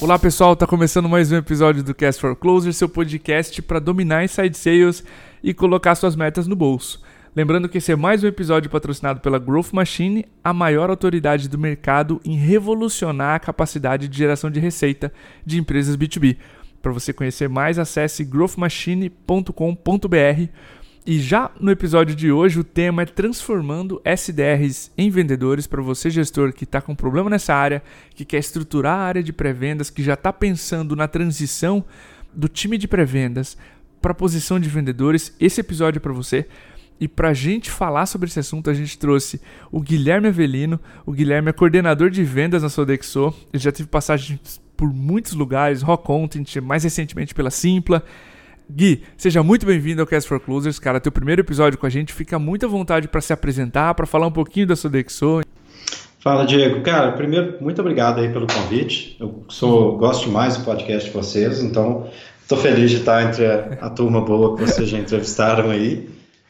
Olá pessoal, tá começando mais um episódio do Cast for Closer, seu podcast para dominar inside sales e colocar suas metas no bolso. Lembrando que esse é mais um episódio patrocinado pela Growth Machine, a maior autoridade do mercado em revolucionar a capacidade de geração de receita de empresas B2B. Para você conhecer mais, acesse growthmachine.com.br. E já no episódio de hoje, o tema é transformando SDRs em vendedores para você, gestor, que está com problema nessa área, que quer estruturar a área de pré-vendas, que já está pensando na transição do time de pré-vendas para a posição de vendedores. Esse episódio é para você. E para a gente falar sobre esse assunto, a gente trouxe o Guilherme Avelino. O Guilherme é coordenador de vendas na Sodexo. Ele já teve passagens por muitos lugares, Rock Content, mais recentemente pela Simpla. Gui, seja muito bem-vindo ao Cast for Closers, cara, teu primeiro episódio com a gente, fica muito à vontade para se apresentar, para falar um pouquinho da Sodexo. Fala, Diego. Cara, primeiro, muito obrigado aí pelo convite, gosto demais do podcast de vocês, então estou feliz de estar entre a turma boa que vocês já entrevistaram aí.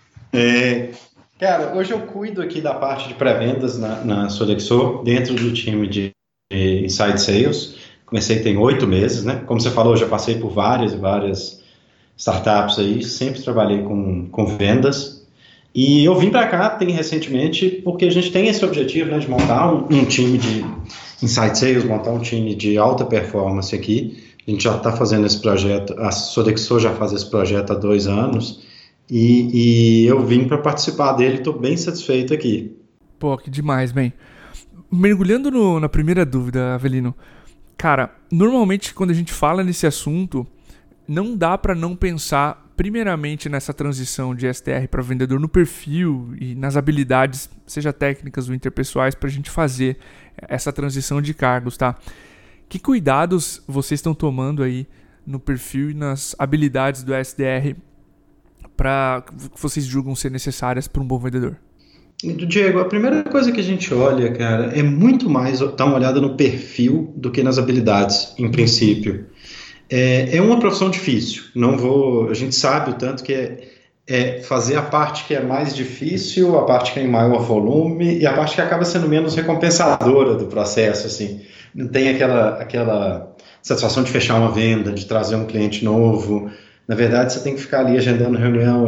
Cara, hoje eu cuido aqui da parte de pré-vendas na Sodexo, dentro do time de Inside Sales. Comecei tem 8 meses, né? Como você falou, eu já passei por várias startups aí, sempre trabalhei com vendas. E eu vim para cá recentemente porque a gente tem esse objetivo, né, de montar um time de Inside Sales, montar um time de alta performance aqui. A gente já está fazendo esse projeto, a Sodexo já faz esse projeto há 2 anos. E eu vim para participar dele, estou bem satisfeito aqui. Pô, que demais, bem. Mergulhando na primeira dúvida, Avelino, cara, normalmente quando a gente fala nesse assunto, não dá para não pensar primeiramente nessa transição de SDR para vendedor no perfil e nas habilidades, seja técnicas ou interpessoais, para a gente fazer essa transição de cargos, tá? Que cuidados vocês estão tomando aí no perfil e nas habilidades do SDR para que vocês julgam ser necessárias para um bom vendedor? Diego, a primeira coisa que a gente olha, cara, é muito mais dar uma olhada no perfil do que nas habilidades, em princípio. É uma profissão difícil, a gente sabe o tanto que é fazer a parte que é mais difícil, a parte que é em maior volume e a parte que acaba sendo menos recompensadora do processo, assim. Não tem aquela satisfação de fechar uma venda, de trazer um cliente novo. Na verdade, você tem que ficar ali agendando reunião.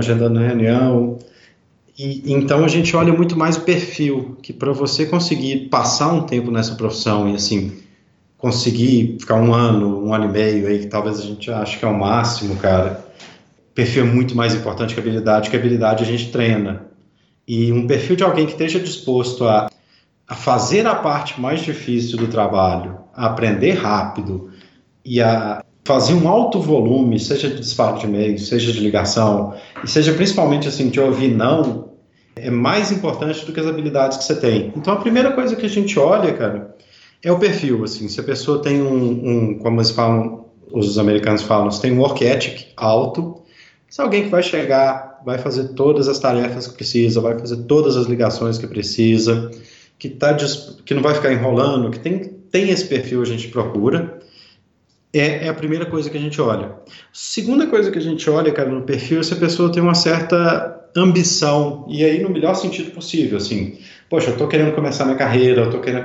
E então a gente olha muito mais o perfil, que para você conseguir passar um tempo nessa profissão e assim conseguir ficar um ano e meio aí, que talvez a gente ache que é o máximo, cara. Perfil é muito mais importante que habilidade a gente treina. E um perfil de alguém que esteja disposto a fazer a parte mais difícil do trabalho, a aprender rápido e a fazer um alto volume, seja de disparo de e-mail, seja de ligação, e seja principalmente assim, de ouvir não, é mais importante do que as habilidades que você tem. Então a primeira coisa que a gente olha, cara, é o perfil, assim, se a pessoa tem como eles falam, os americanos falam, se tem um work ethic alto, se é alguém que vai chegar, vai fazer todas as tarefas que precisa, vai fazer todas as ligações que precisa, que não vai ficar enrolando, que tem esse perfil, a gente procura, é a primeira coisa que a gente olha. Segunda coisa que a gente olha, cara, no perfil, é se a pessoa tem uma certa ambição, e aí no melhor sentido possível, assim, poxa, eu estou querendo começar minha carreira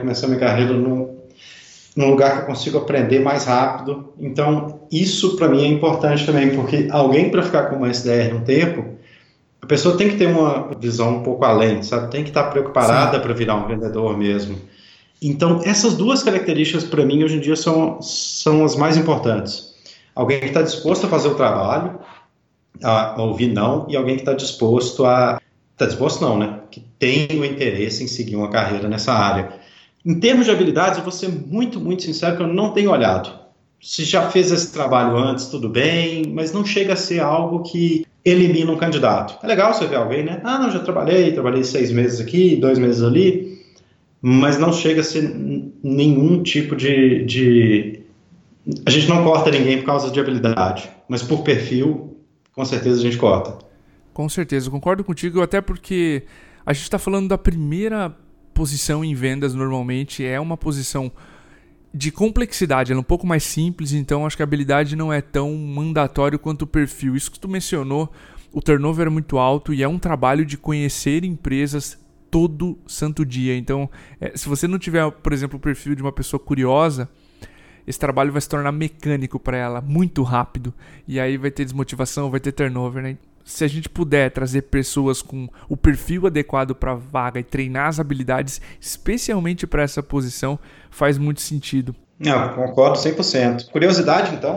num lugar que eu consigo aprender mais rápido. Então, isso para mim é importante também, porque alguém para ficar com uma SDR um tempo, a pessoa tem que ter uma visão um pouco além, sabe? Tem que estar preparada para virar um vendedor mesmo. Então, essas duas características para mim hoje em dia são as mais importantes. Alguém que está disposto a fazer o trabalho, a ouvir não, e alguém que está disposto não, né? Que tem o interesse em seguir uma carreira nessa área. Em termos de habilidades, eu vou ser muito, muito sincero que eu não tenho olhado. Se já fez esse trabalho antes, tudo bem, mas não chega a ser algo que elimina um candidato. É legal você ver alguém, né? Não, já trabalhei 6 meses aqui, 2 meses ali, mas não chega a ser nenhum tipo de... A gente não corta ninguém por causa de habilidade, mas por perfil, com certeza a gente corta. Com certeza, eu concordo contigo, até porque a gente está falando da primeira posição em vendas, normalmente é uma posição de complexidade, ela é um pouco mais simples, então acho que a habilidade não é tão mandatório quanto o perfil. Isso que tu mencionou, o turnover é muito alto e é um trabalho de conhecer empresas todo santo dia. Então, se você não tiver, por exemplo, o perfil de uma pessoa curiosa, esse trabalho vai se tornar mecânico para ela, muito rápido. E aí vai ter desmotivação, vai ter turnover, né? Se a gente puder trazer pessoas com o perfil adequado para a vaga e treinar as habilidades, especialmente para essa posição, faz muito sentido. Não, concordo 100%. Curiosidade, então,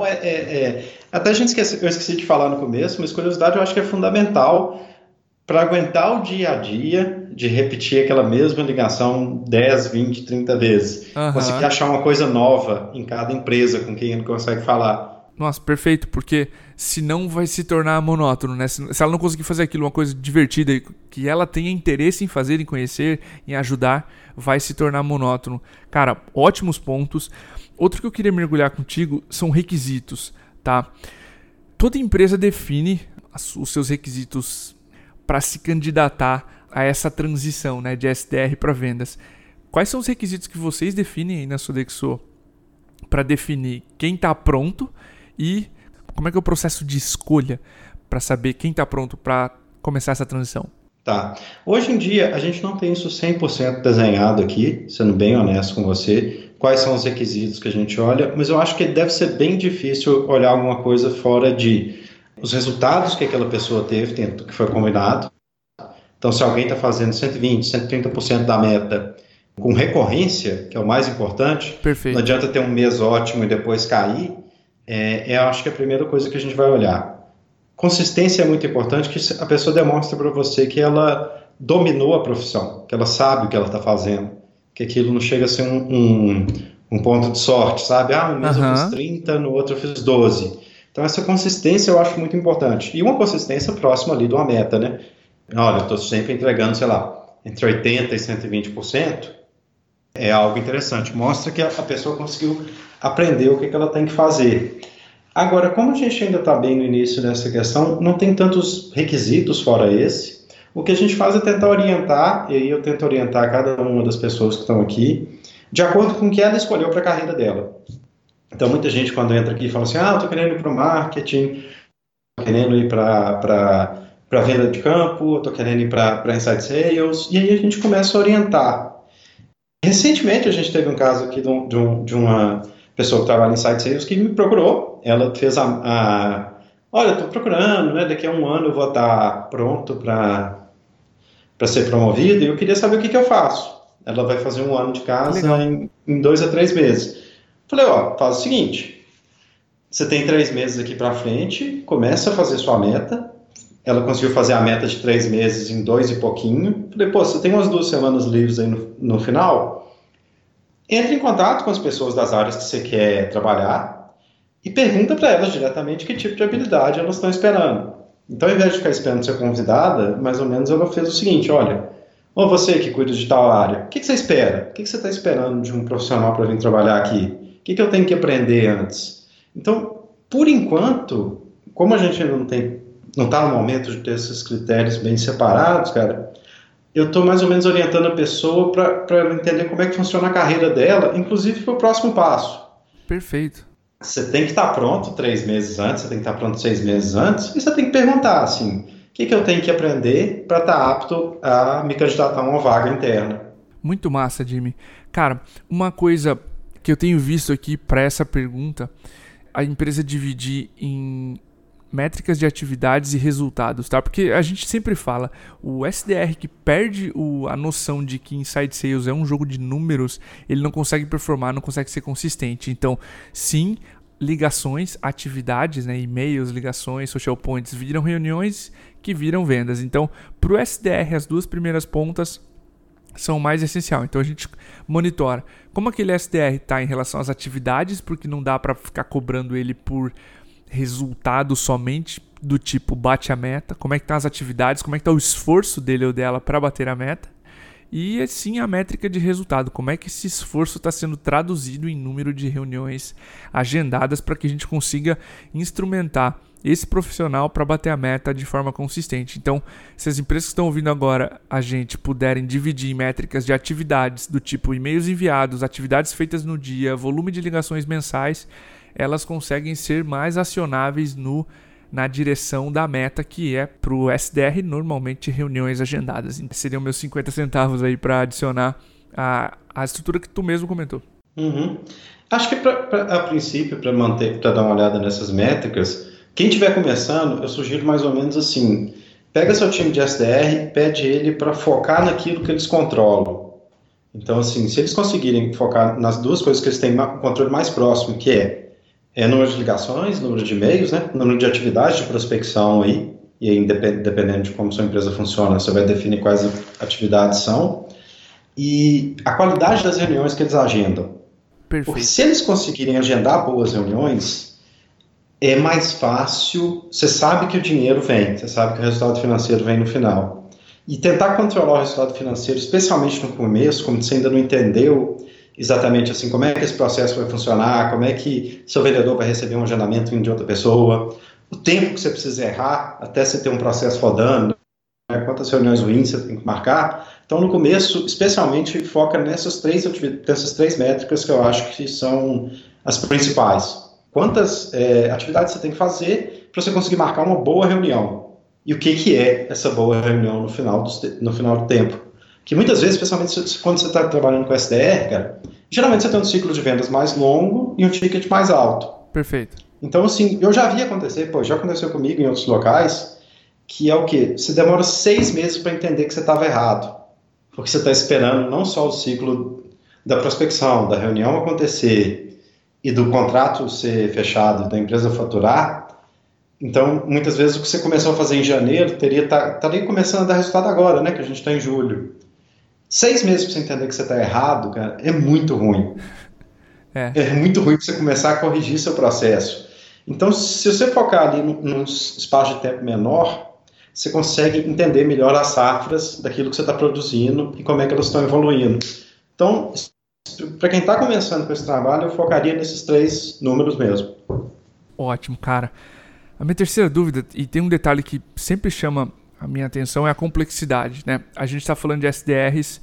até eu esqueci de falar no começo, mas curiosidade eu acho que é fundamental para aguentar o dia a dia de repetir aquela mesma ligação 10, 20, 30 vezes. Conseguir achar uma coisa nova em cada empresa com quem ele consegue falar. Nossa, perfeito, porque senão vai se tornar monótono, né? Se ela não conseguir fazer aquilo uma coisa divertida, que ela tenha interesse em fazer, em conhecer, em ajudar, vai se tornar monótono. Cara, ótimos pontos. Outro que eu queria mergulhar contigo são requisitos, tá? Toda empresa define os seus requisitos para se candidatar a essa transição, né, de SDR para vendas. Quais são os requisitos que vocês definem aí na Sodexo para definir quem está pronto e como é que é o processo de escolha para saber quem está pronto para começar essa transição? Tá. Hoje em dia, a gente não tem isso 100% desenhado aqui, sendo bem honesto com você, quais são os requisitos que a gente olha, mas eu acho que deve ser bem difícil olhar alguma coisa fora de os resultados que aquela pessoa teve dentro do que foi combinado. Então, se alguém está fazendo 120%, 130% da meta com recorrência, que é o mais importante, perfeito. Não adianta ter um mês ótimo e depois cair, eu acho que é a primeira coisa que a gente vai olhar. Consistência é muito importante, que a pessoa demonstre para você que ela dominou a profissão, que ela sabe o que ela está fazendo, que aquilo não chega a ser um ponto de sorte, sabe? Um mês eu fiz 30, no outro eu fiz 12. Então, essa consistência eu acho muito importante. E uma consistência próxima ali de uma meta, né? Olha, eu estou sempre entregando, sei lá, entre 80% e 120%. É algo interessante. Mostra que a pessoa conseguiu aprender o que ela tem que fazer. Agora, como a gente ainda está bem no início dessa questão, não tem tantos requisitos fora esse. O que a gente faz é tentar orientar, e aí eu tento orientar cada uma das pessoas que estão aqui, de acordo com o que ela escolheu para a carreira dela. Então, muita gente, quando entra aqui, fala assim, eu estou querendo ir para o marketing, estou querendo ir para venda de campo, estou querendo ir para inside sales, e aí a gente começa a orientar. Recentemente, a gente teve um caso aqui de uma pessoa que trabalha em inside sales que me procurou, ela fez olha, estou procurando, né, daqui a um ano eu vou estar pronto para ser promovido, e eu queria saber o que eu faço. Ela vai fazer um ano de casa em 2 a 3 meses. Falei, faz o seguinte, você tem 3 meses aqui para frente, começa a fazer sua meta. Ela conseguiu fazer a meta de 3 meses em 2 e pouquinho. Falei, você tem umas 2 semanas livres aí no final? Entre em contato com as pessoas das áreas que você quer trabalhar e pergunta para elas diretamente que tipo de habilidade elas estão esperando. Então, ao invés de ficar esperando ser convidada, mais ou menos ela fez o seguinte, olha, ou você que cuida de tal área, o que você espera? O que você está esperando de um profissional para vir trabalhar aqui? O que eu tenho que aprender antes? Então, por enquanto, como a gente ainda não está no momento de ter esses critérios bem separados, cara, eu estou mais ou menos orientando a pessoa para ela entender como é que funciona a carreira dela, inclusive para o próximo passo. Perfeito. Você tem que estar pronto 3 meses antes, você tem que estar pronto 6 meses antes, e você tem que perguntar, assim, o que eu tenho que aprender para estar apto a me candidatar a uma vaga interna. Muito massa, Jimmy. Cara, uma coisa que eu tenho visto aqui para essa pergunta, a empresa dividir em métricas de atividades e resultados, tá? Porque a gente sempre fala, o SDR que perde a noção de que Inside Sales é um jogo de números, ele não consegue performar, não consegue ser consistente. Então, sim, ligações, atividades, né, e-mails, ligações, social points, viram reuniões que viram vendas. Então, para o SDR, as 2 primeiras pontas são o mais essencial. Então, a gente monitora como aquele SDR está em relação às atividades, porque não dá para ficar cobrando ele por resultado somente do tipo bate a meta, como é que estão as atividades, como é que está o esforço dele ou dela para bater a meta, e assim a métrica de resultado, como é que esse esforço está sendo traduzido em número de reuniões agendadas para que a gente consiga instrumentar esse profissional para bater a meta de forma consistente. Então, se as empresas que estão ouvindo agora a gente puderem dividir em métricas de atividades do tipo e-mails enviados, atividades feitas no dia, volume de ligações mensais, elas conseguem ser mais acionáveis na direção da meta, que é para o SDR normalmente reuniões agendadas. Seriam meus 50 centavos aí para adicionar a estrutura que tu mesmo comentou. Uhum. Acho que a princípio, para manter, para dar uma olhada nessas métricas, quem estiver começando, eu sugiro mais ou menos assim: pega seu time de SDR e pede ele para focar naquilo que eles controlam. Então, assim, se eles conseguirem focar nas duas coisas que eles têm um controle mais próximo, que é número de ligações, número de e-mails, né, número de atividades de prospecção aí, e aí, dependendo de como sua empresa funciona, você vai definir quais atividades são, e a qualidade das reuniões que eles agendam. Porque Perfeito. se eles conseguirem agendar boas reuniões, é mais fácil, você sabe que o dinheiro vem, você sabe que o resultado financeiro vem no final. E tentar controlar o resultado financeiro, especialmente no começo, como você ainda não entendeu exatamente assim como é que esse processo vai funcionar, como é que seu vendedor vai receber um agendamento de outra pessoa, o tempo que você precisa errar até você ter um processo rodando, né, quantas reuniões ruins você tem que marcar. Então, no começo, especialmente, foca nessas três métricas que eu acho que são as principais. Quantas atividades você tem que fazer para você conseguir marcar uma boa reunião? E o que é essa boa reunião no final do tempo? Que muitas vezes, especialmente quando você está trabalhando com SDR, cara, geralmente você tem um ciclo de vendas mais longo e um ticket mais alto. Perfeito. Então, assim, eu já vi acontecer, já aconteceu comigo em outros locais, que é o quê? Você demora 6 meses para entender que você estava errado. Porque você está esperando não só o ciclo da prospecção, da reunião acontecer e do contrato ser fechado, da empresa faturar. Então, muitas vezes o que você começou a fazer em janeiro estaria começando a dar resultado agora, né? Que a gente está em julho. 6 meses para você entender que você está errado, cara, é muito ruim. É. É muito ruim para você começar a corrigir seu processo. Então, se você focar ali num espaço de tempo menor, você consegue entender melhor as safras daquilo que você está produzindo e como é que elas estão evoluindo. Então, para quem está começando com esse trabalho, eu focaria nesses 3 números mesmo. Ótimo, cara. A minha terceira dúvida, e tem um detalhe que sempre chama a minha atenção, é a complexidade, né? A gente está falando de SDRs,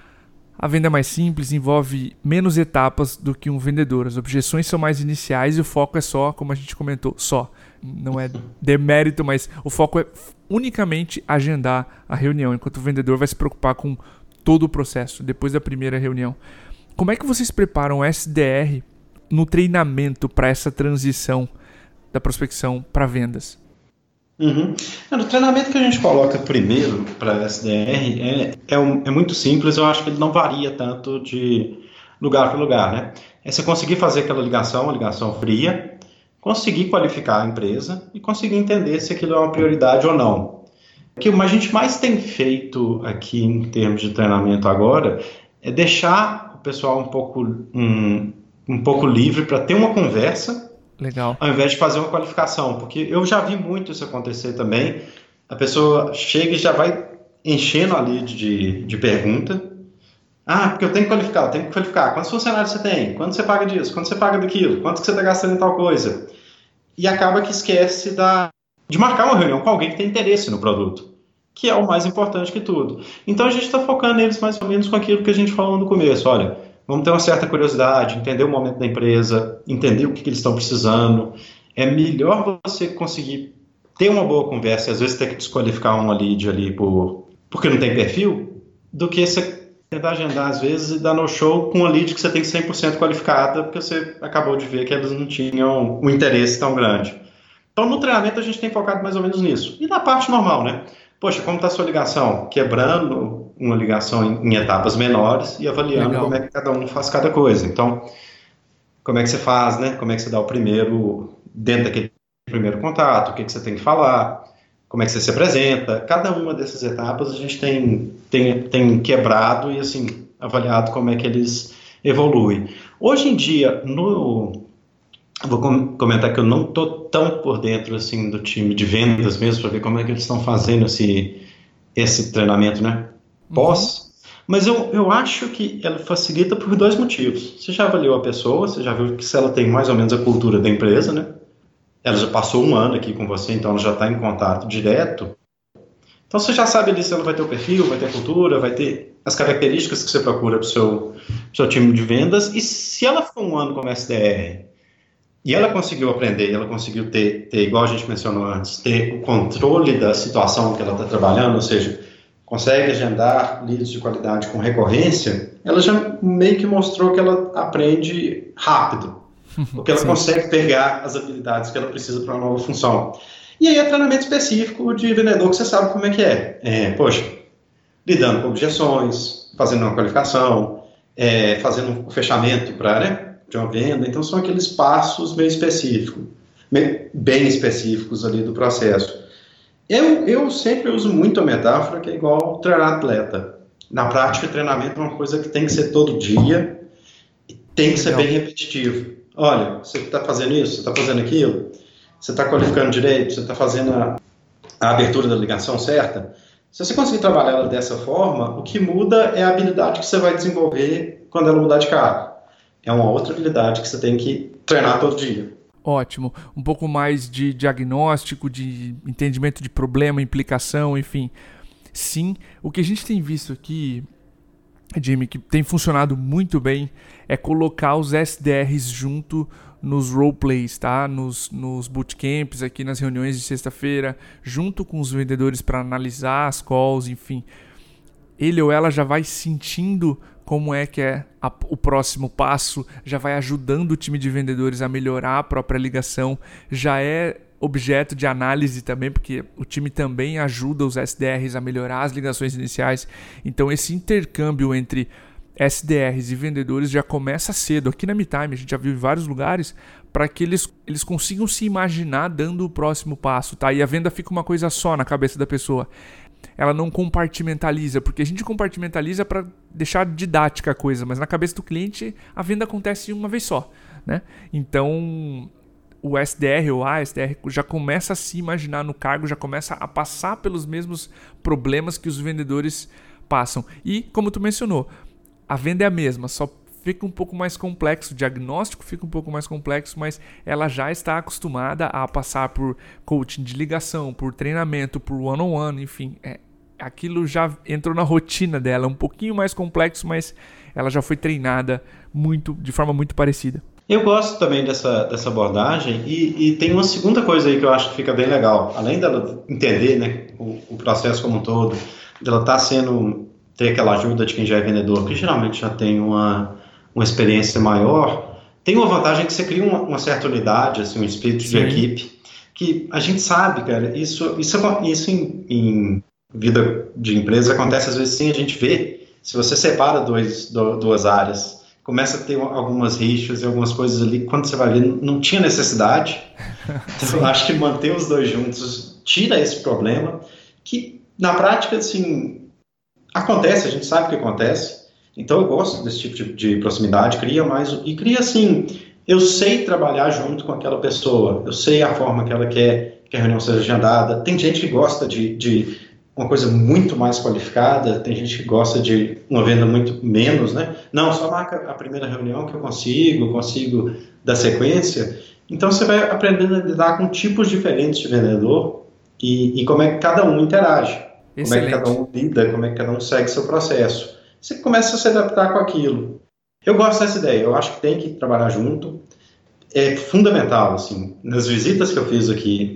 a venda é mais simples, envolve menos etapas do que um vendedor. As objeções são mais iniciais e o foco é só, como a gente comentou, só. Não é demérito, mas o foco é unicamente agendar a reunião, enquanto o vendedor vai se preocupar com todo o processo, depois da primeira reunião. Como é que vocês preparam o SDR no treinamento para essa transição da prospecção para vendas? Uhum. No treinamento que a gente coloca primeiro para SDR é muito simples, eu acho que ele não varia tanto de lugar para lugar, né? É você conseguir fazer aquela ligação, uma ligação fria, conseguir qualificar a empresa e conseguir entender se aquilo é uma prioridade ou não. O que a gente mais tem feito aqui em termos de treinamento agora é deixar o pessoal um pouco livre para ter uma conversa Legal. ao invés de fazer uma qualificação, porque eu já vi muito isso acontecer também. A pessoa chega e já vai enchendo a lead de pergunta. Ah, porque eu tenho que qualificar. Quantos funcionários você tem? Quanto você paga disso? Quanto você paga daquilo? Quanto que você está gastando em tal coisa? E acaba que esquece de marcar uma reunião com alguém que tem interesse no produto, que é o mais importante que tudo. Então a gente está focando neles mais ou menos com aquilo que a gente falou no começo. Olha, vamos ter uma certa curiosidade, entender o momento da empresa, entender o que eles estão precisando. É melhor você conseguir ter uma boa conversa e às vezes ter que desqualificar uma lead ali porque não tem perfil, do que você tentar agendar às vezes e dar no show com uma lead que você tem 100% qualificada, porque você acabou de ver que elas não tinham um interesse tão grande. Então, no treinamento, a gente tem focado mais ou menos nisso. E na parte normal, né? Poxa, como está a sua ligação? Quebrando uma ligação em etapas menores e avaliando Legal. como é que cada um faz cada coisa. Então, como é que você faz, né? Como é que você dá o primeiro, dentro daquele primeiro contato, o que você tem que falar, como é que você se apresenta. Cada uma dessas etapas a gente tem quebrado e, assim, avaliado como é que eles evoluem. Hoje em dia, vou comentar que eu não estou tão por dentro assim do time de vendas mesmo, para ver como é que eles estão fazendo esse treinamento, né? Pós. Mas eu acho que ela facilita por 2 motivos. Você já avaliou a pessoa, você já viu que se ela tem mais ou menos a cultura da empresa, né? Ela já passou 1 ano aqui com você, então ela já está em contato direto. Então você já sabe ali se ela vai ter o perfil, vai ter a cultura, vai ter as características que você procura para o seu time de vendas. E se ela for 1 ano como SDR, e ela conseguiu aprender, ela conseguiu ter, igual a gente mencionou antes, ter o controle da situação que ela está trabalhando, ou seja, consegue agendar leads de qualidade com recorrência, ela já meio que mostrou que ela aprende rápido, porque ela consegue pegar as habilidades que ela precisa para uma nova função. E aí é treinamento específico de vendedor que você sabe como é que é. Poxa, lidando com objeções, fazendo uma qualificação, fazendo um fechamento de uma venda. Então são aqueles passos meio específicos, bem específicos ali do processo. Eu sempre uso muito a metáfora que é igual treinar atleta. Na prática, treinamento é uma coisa que tem que ser todo dia e tem que ser bem repetitivo. Olha, você está fazendo isso, você está fazendo aquilo, você está qualificando direito, você está fazendo a abertura da ligação certa. Se você conseguir trabalhar ela dessa forma, o que muda é a habilidade que você vai desenvolver quando ela mudar de cargo. É uma outra habilidade que você tem que treinar todo dia. Ótimo. Um pouco mais de diagnóstico, de entendimento de problema, implicação, enfim. Sim, o que a gente tem visto aqui, Jimmy, que tem funcionado muito bem, é colocar os SDRs junto nos roleplays, tá? Nos bootcamps, aqui nas reuniões de sexta-feira, junto com os vendedores para analisar as calls, enfim. Ele ou ela já vai sentindo como é que é o próximo passo, já vai ajudando o time de vendedores a melhorar a própria ligação, já é objeto de análise também, porque o time também ajuda os SDRs a melhorar as ligações iniciais. Então esse intercâmbio entre SDRs e vendedores já começa cedo. Aqui na MeTime a gente já viu em vários lugares para que eles consigam se imaginar dando o próximo passo, tá? E a venda fica uma coisa só na cabeça da pessoa. Ela não compartimentaliza, porque a gente compartimentaliza para deixar didática a coisa, mas na cabeça do cliente a venda acontece uma vez só, né? Então o SDR ou a SDR já começa a se imaginar no cargo, já começa a passar pelos mesmos problemas que os vendedores passam. E, como tu mencionou, a venda é a mesma, só fica um pouco mais complexo, o diagnóstico fica um pouco mais complexo, mas ela já está acostumada a passar por coaching de ligação, por treinamento, por one-on-one, enfim, aquilo já entrou na rotina dela, um pouquinho mais complexo, mas ela já foi treinada de forma muito parecida. Eu gosto também dessa abordagem e tem uma segunda coisa aí que eu acho que fica bem legal. Além dela entender, né, o processo como um todo, dela ter aquela ajuda de quem já é vendedor, que geralmente já tem uma experiência maior, tem uma vantagem que você cria uma certa unidade, assim, um espírito de equipe, que a gente sabe, cara, isso em vida de empresa acontece às vezes sim, a gente vê, se você separa duas áreas, começa a ter algumas rixas e algumas coisas ali, quando você vai ver, não tinha necessidade. Então, eu acho que manter os dois juntos tira esse problema, que na prática, assim, acontece, a gente sabe que acontece. Então eu gosto desse tipo de proximidade, cria assim, eu sei trabalhar junto com aquela pessoa, eu sei a forma que ela quer que a reunião seja agendada. Tem gente que gosta de uma coisa muito mais qualificada, tem gente que gosta de uma venda muito menos, né? Não, só marca a primeira reunião que eu consigo dar sequência. Então você vai aprendendo a lidar com tipos diferentes de vendedor e como é que cada um interage, Excelente. Como é que cada um lida, como é que cada um segue seu processo. Você começa a se adaptar com aquilo. Eu gosto dessa ideia, eu acho que tem que trabalhar junto. É fundamental, assim, nas visitas que eu fiz aqui,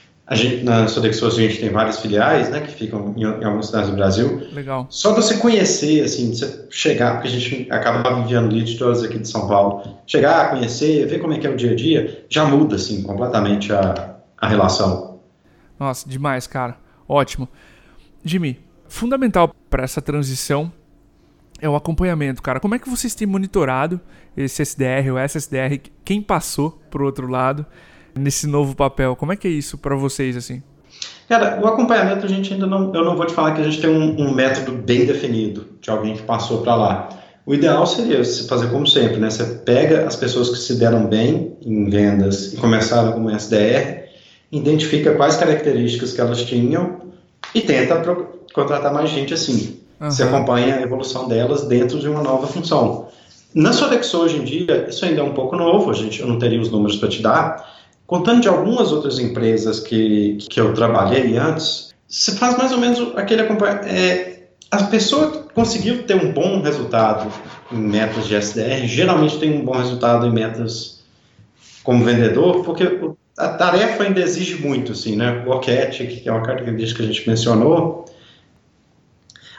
na Sodexo a gente tem várias filiais, né, que ficam em algumas cidades do Brasil. Legal. Só de você conhecer, assim, você chegar, porque a gente acaba enviando leads todos aqui de São Paulo, chegar, conhecer, ver como é que é o dia a dia, já muda, assim, completamente a relação. Nossa, demais, cara. Ótimo. Jimmy, fundamental para essa transição é o acompanhamento, cara. Como é que vocês têm monitorado esse SDR ou essa SDR, quem passou pro outro lado nesse novo papel? Como é que é isso para vocês, assim? Cara, o acompanhamento a gente ainda não... Eu não vou te falar que a gente tem um método bem definido de alguém que passou para lá. O ideal seria você fazer como sempre, né? Você pega as pessoas que se deram bem em vendas e começaram como SDR, identifica quais características que elas tinham e tenta contratar mais gente assim. Você acompanha a evolução delas dentro de uma nova função. Na Sodexo hoje em dia, isso ainda é um pouco novo, eu não teria os números para te dar. Contando de algumas outras empresas que eu trabalhei antes, você faz mais ou menos aquele acompanhamento. A pessoa conseguiu ter um bom resultado em metas de SDR, geralmente tem um bom resultado em metas como vendedor, porque a tarefa ainda exige muito, assim, né? Work ethic, que é uma característica que a gente mencionou.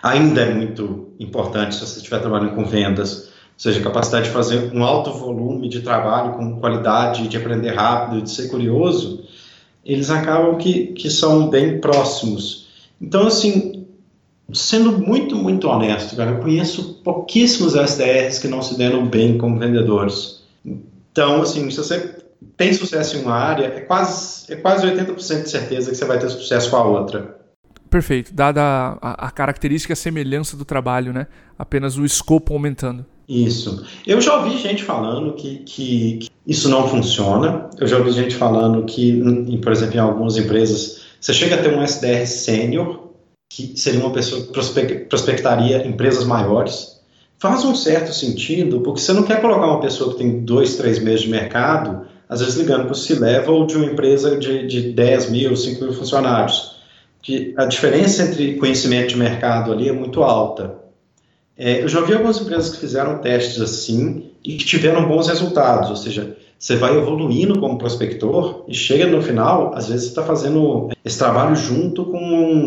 ainda é muito importante se você estiver trabalhando com vendas, ou seja, a capacidade de fazer um alto volume de trabalho com qualidade, de aprender rápido, de ser curioso, eles acabam que são bem próximos. Então, assim, sendo muito, muito honesto, cara, eu conheço pouquíssimos SDRs que não se deram bem como vendedores. Então, assim, se você tem sucesso em uma área, é quase 80% de certeza que você vai ter sucesso com a outra. Perfeito. Dada a característica e a semelhança do trabalho, né? Apenas o escopo aumentando. Isso. Eu já ouvi gente falando que isso não funciona. Eu já ouvi gente falando que, por exemplo, em algumas empresas, você chega a ter um SDR sênior, que seria uma pessoa que prospectaria empresas maiores. Faz um certo sentido, porque você não quer colocar uma pessoa que tem 2, 3 meses de mercado, às vezes ligando para o C-Level de uma empresa de 10 mil, 5 mil funcionários. Que a diferença entre conhecimento de mercado ali é muito alta. Eu já vi algumas empresas que fizeram testes assim e que tiveram bons resultados, ou seja, você vai evoluindo como prospector e chega no final, às vezes você está fazendo esse trabalho junto com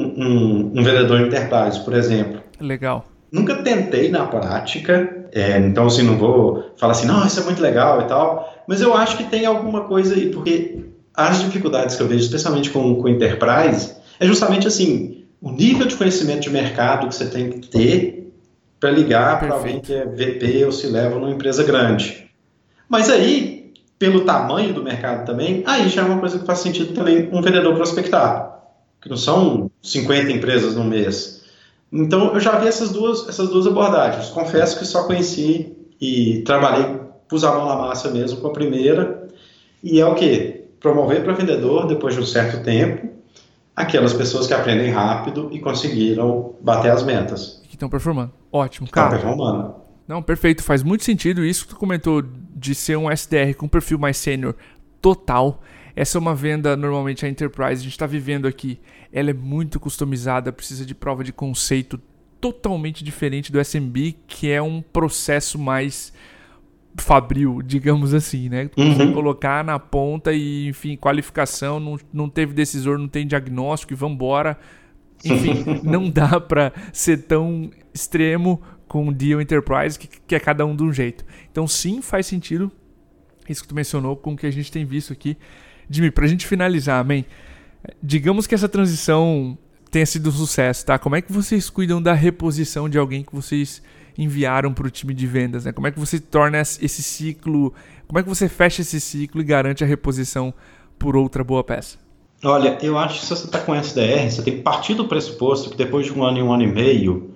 um vendedor enterprise, por exemplo. Legal. Nunca tentei na prática, então assim, não vou falar assim, não, isso é muito legal e tal, mas eu acho que tem alguma coisa aí, porque as dificuldades que eu vejo, especialmente com enterprise, é justamente assim, o nível de conhecimento de mercado que você tem que ter para ligar para alguém que é VP ou se leva numa empresa grande. Mas aí, pelo tamanho do mercado também, aí já é uma coisa que faz sentido também um vendedor prospectar, que não são 50 empresas no mês. Então, eu já vi essas duas abordagens. Confesso que só conheci e trabalhei, pus a mão na massa mesmo com a primeira, e é o quê? Promover para vendedor, depois de um certo tempo, aquelas pessoas que aprendem rápido e conseguiram bater as metas. Que estão performando. Ótimo, cara. Estão performando. Não, perfeito. Faz muito sentido isso que tu comentou de ser um SDR com perfil mais sênior total. Essa é uma venda, normalmente, a Enterprise, a gente está vivendo aqui. Ela é muito customizada, precisa de prova de conceito totalmente diferente do SMB, que é um processo mais fabril, digamos assim, né? Você colocar na ponta e, enfim, qualificação, não teve decisor, não tem diagnóstico e vambora. Enfim, não dá para ser tão extremo com o Deal Enterprise, que é cada um de um jeito. Então, sim, faz sentido isso que tu mencionou com o que a gente tem visto aqui. Jimmy, pra gente finalizar, amém? Digamos que essa transição tenha sido um sucesso, tá? Como é que vocês cuidam da reposição de alguém que vocês enviaram para o time de vendas, né? Como é que você torna esse ciclo, como é que você fecha esse ciclo e garante a reposição por outra boa peça? Olha, eu acho que se você está com SDR, você tem que partir do pressuposto que depois de um ano e meio,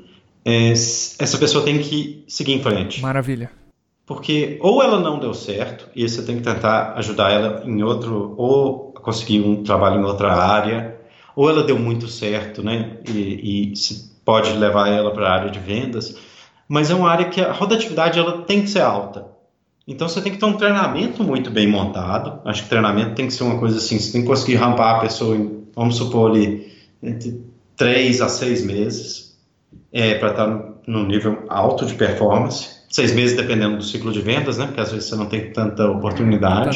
essa pessoa tem que seguir em frente. Maravilha. Porque ou ela não deu certo, e você tem que tentar ajudar ela em outro, ou conseguir um trabalho em outra área, ou ela deu muito certo, né? E se pode levar ela para a área de vendas, mas é uma área que a rotatividade ela tem que ser alta. Então você tem que ter um treinamento muito bem montado. Acho que treinamento tem que ser uma coisa assim, você tem que conseguir rampar a pessoa em, vamos supor ali, entre 3 a 6 meses, para estar num nível alto de performance. 6 meses dependendo do ciclo de vendas, né? Porque às vezes você não tem tanta oportunidade.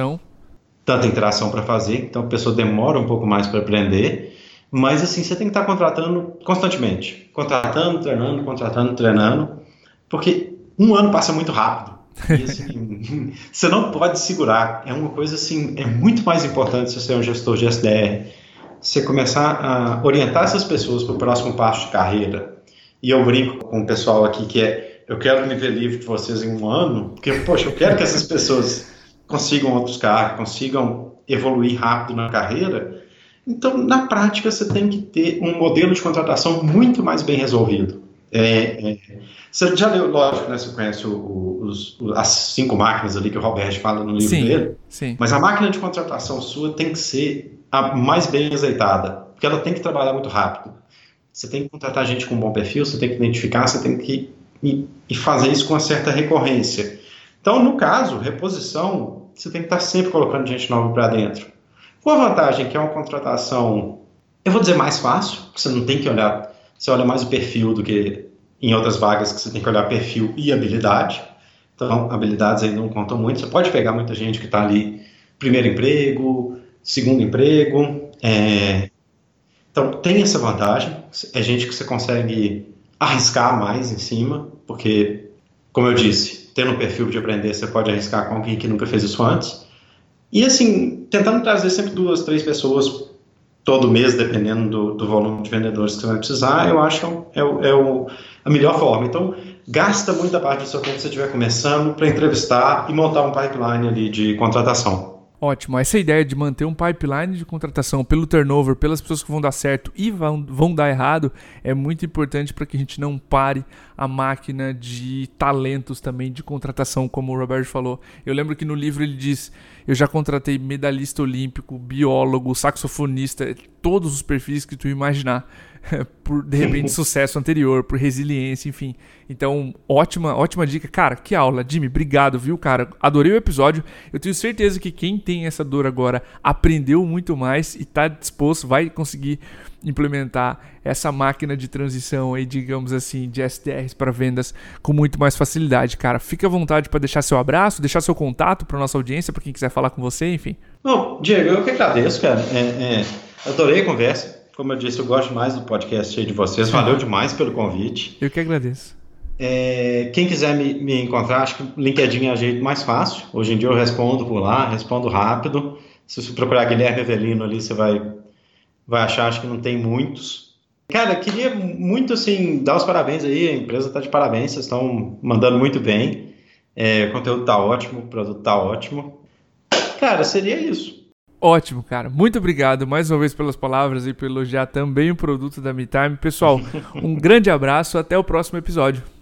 Tanta interação para fazer, então a pessoa demora um pouco mais para aprender. Mas assim, você tem que estar contratando constantemente. Contratando, treinando, porque um ano passa muito rápido. E assim, você não pode segurar. É uma coisa assim, é muito mais importante se você é um gestor de SDR, você começar a orientar essas pessoas para o próximo passo de carreira. E eu brinco com o pessoal aqui que eu quero me ver livre de vocês em um ano, porque, poxa, eu quero que essas pessoas consigam outros cargos, consigam evoluir rápido na carreira. Então, na prática, você tem que ter um modelo de contratação muito mais bem resolvido. Você já leu, lógico, né? Você conhece as 5 máquinas ali que o Robert fala no livro dele. Sim. Mas a máquina de contratação sua tem que ser a mais bem azeitada, porque ela tem que trabalhar muito rápido. Você tem que contratar gente com bom perfil, você tem que identificar, você tem que e fazer isso com uma certa recorrência. Então, no caso, reposição, você tem que estar sempre colocando gente nova para dentro. Com a vantagem que é uma contratação, eu vou dizer mais fácil, porque você não tem que olhar, você olha mais o perfil do que em outras vagas que você tem que olhar perfil e habilidade. Então, habilidades aí não contam muito. Você pode pegar muita gente que está ali, primeiro emprego, segundo emprego. Então, tem essa vantagem. É gente que você consegue arriscar mais em cima, porque, como eu disse, tendo um perfil de aprender, você pode arriscar com alguém que nunca fez isso antes. E, assim, tentando trazer sempre 2, 3 pessoas todo mês, dependendo do volume de vendedores que você vai precisar, eu acho que a melhor forma. Então, gasta muita parte do seu tempo que você estiver começando para entrevistar e montar um pipeline ali de contratação. Ótimo, essa ideia de manter um pipeline de contratação pelo turnover, pelas pessoas que vão dar certo e vão dar errado, é muito importante para que a gente não pare a máquina de talentos também de contratação, como o Roberto falou. Eu lembro que no livro ele diz, eu já contratei medalhista olímpico, biólogo, saxofonista, todos os perfis que tu imaginar, por, de repente, sucesso anterior, por resiliência, enfim. Então, ótima dica. Cara, que aula. Jimmy, obrigado, viu, cara? Adorei o episódio. Eu tenho certeza que quem tem essa dor agora aprendeu muito mais e está disposto, vai conseguir implementar essa máquina de transição aí, digamos assim, de SDRs para vendas com muito mais facilidade, cara. Fique à vontade para deixar seu abraço, deixar seu contato para nossa audiência, para quem quiser falar com você, enfim. Bom, Diego, eu que agradeço, cara. Adorei a conversa. Como eu disse, eu gosto mais do podcast aí de vocês. Valeu demais pelo convite. Eu que agradeço. Quem quiser me encontrar, acho que o LinkedIn é o jeito mais fácil. Hoje em dia eu respondo por lá, respondo rápido. Se você procurar Guilherme Evelino ali, você vai achar, acho que não tem muitos. Cara, queria muito, assim, dar os parabéns aí. A empresa está de parabéns, vocês estão mandando muito bem. O conteúdo está ótimo, o produto está ótimo. Cara, seria isso. Ótimo, cara. Muito obrigado mais uma vez pelas palavras e por elogiar também o produto da MeTime. Pessoal, um grande abraço. Até o próximo episódio.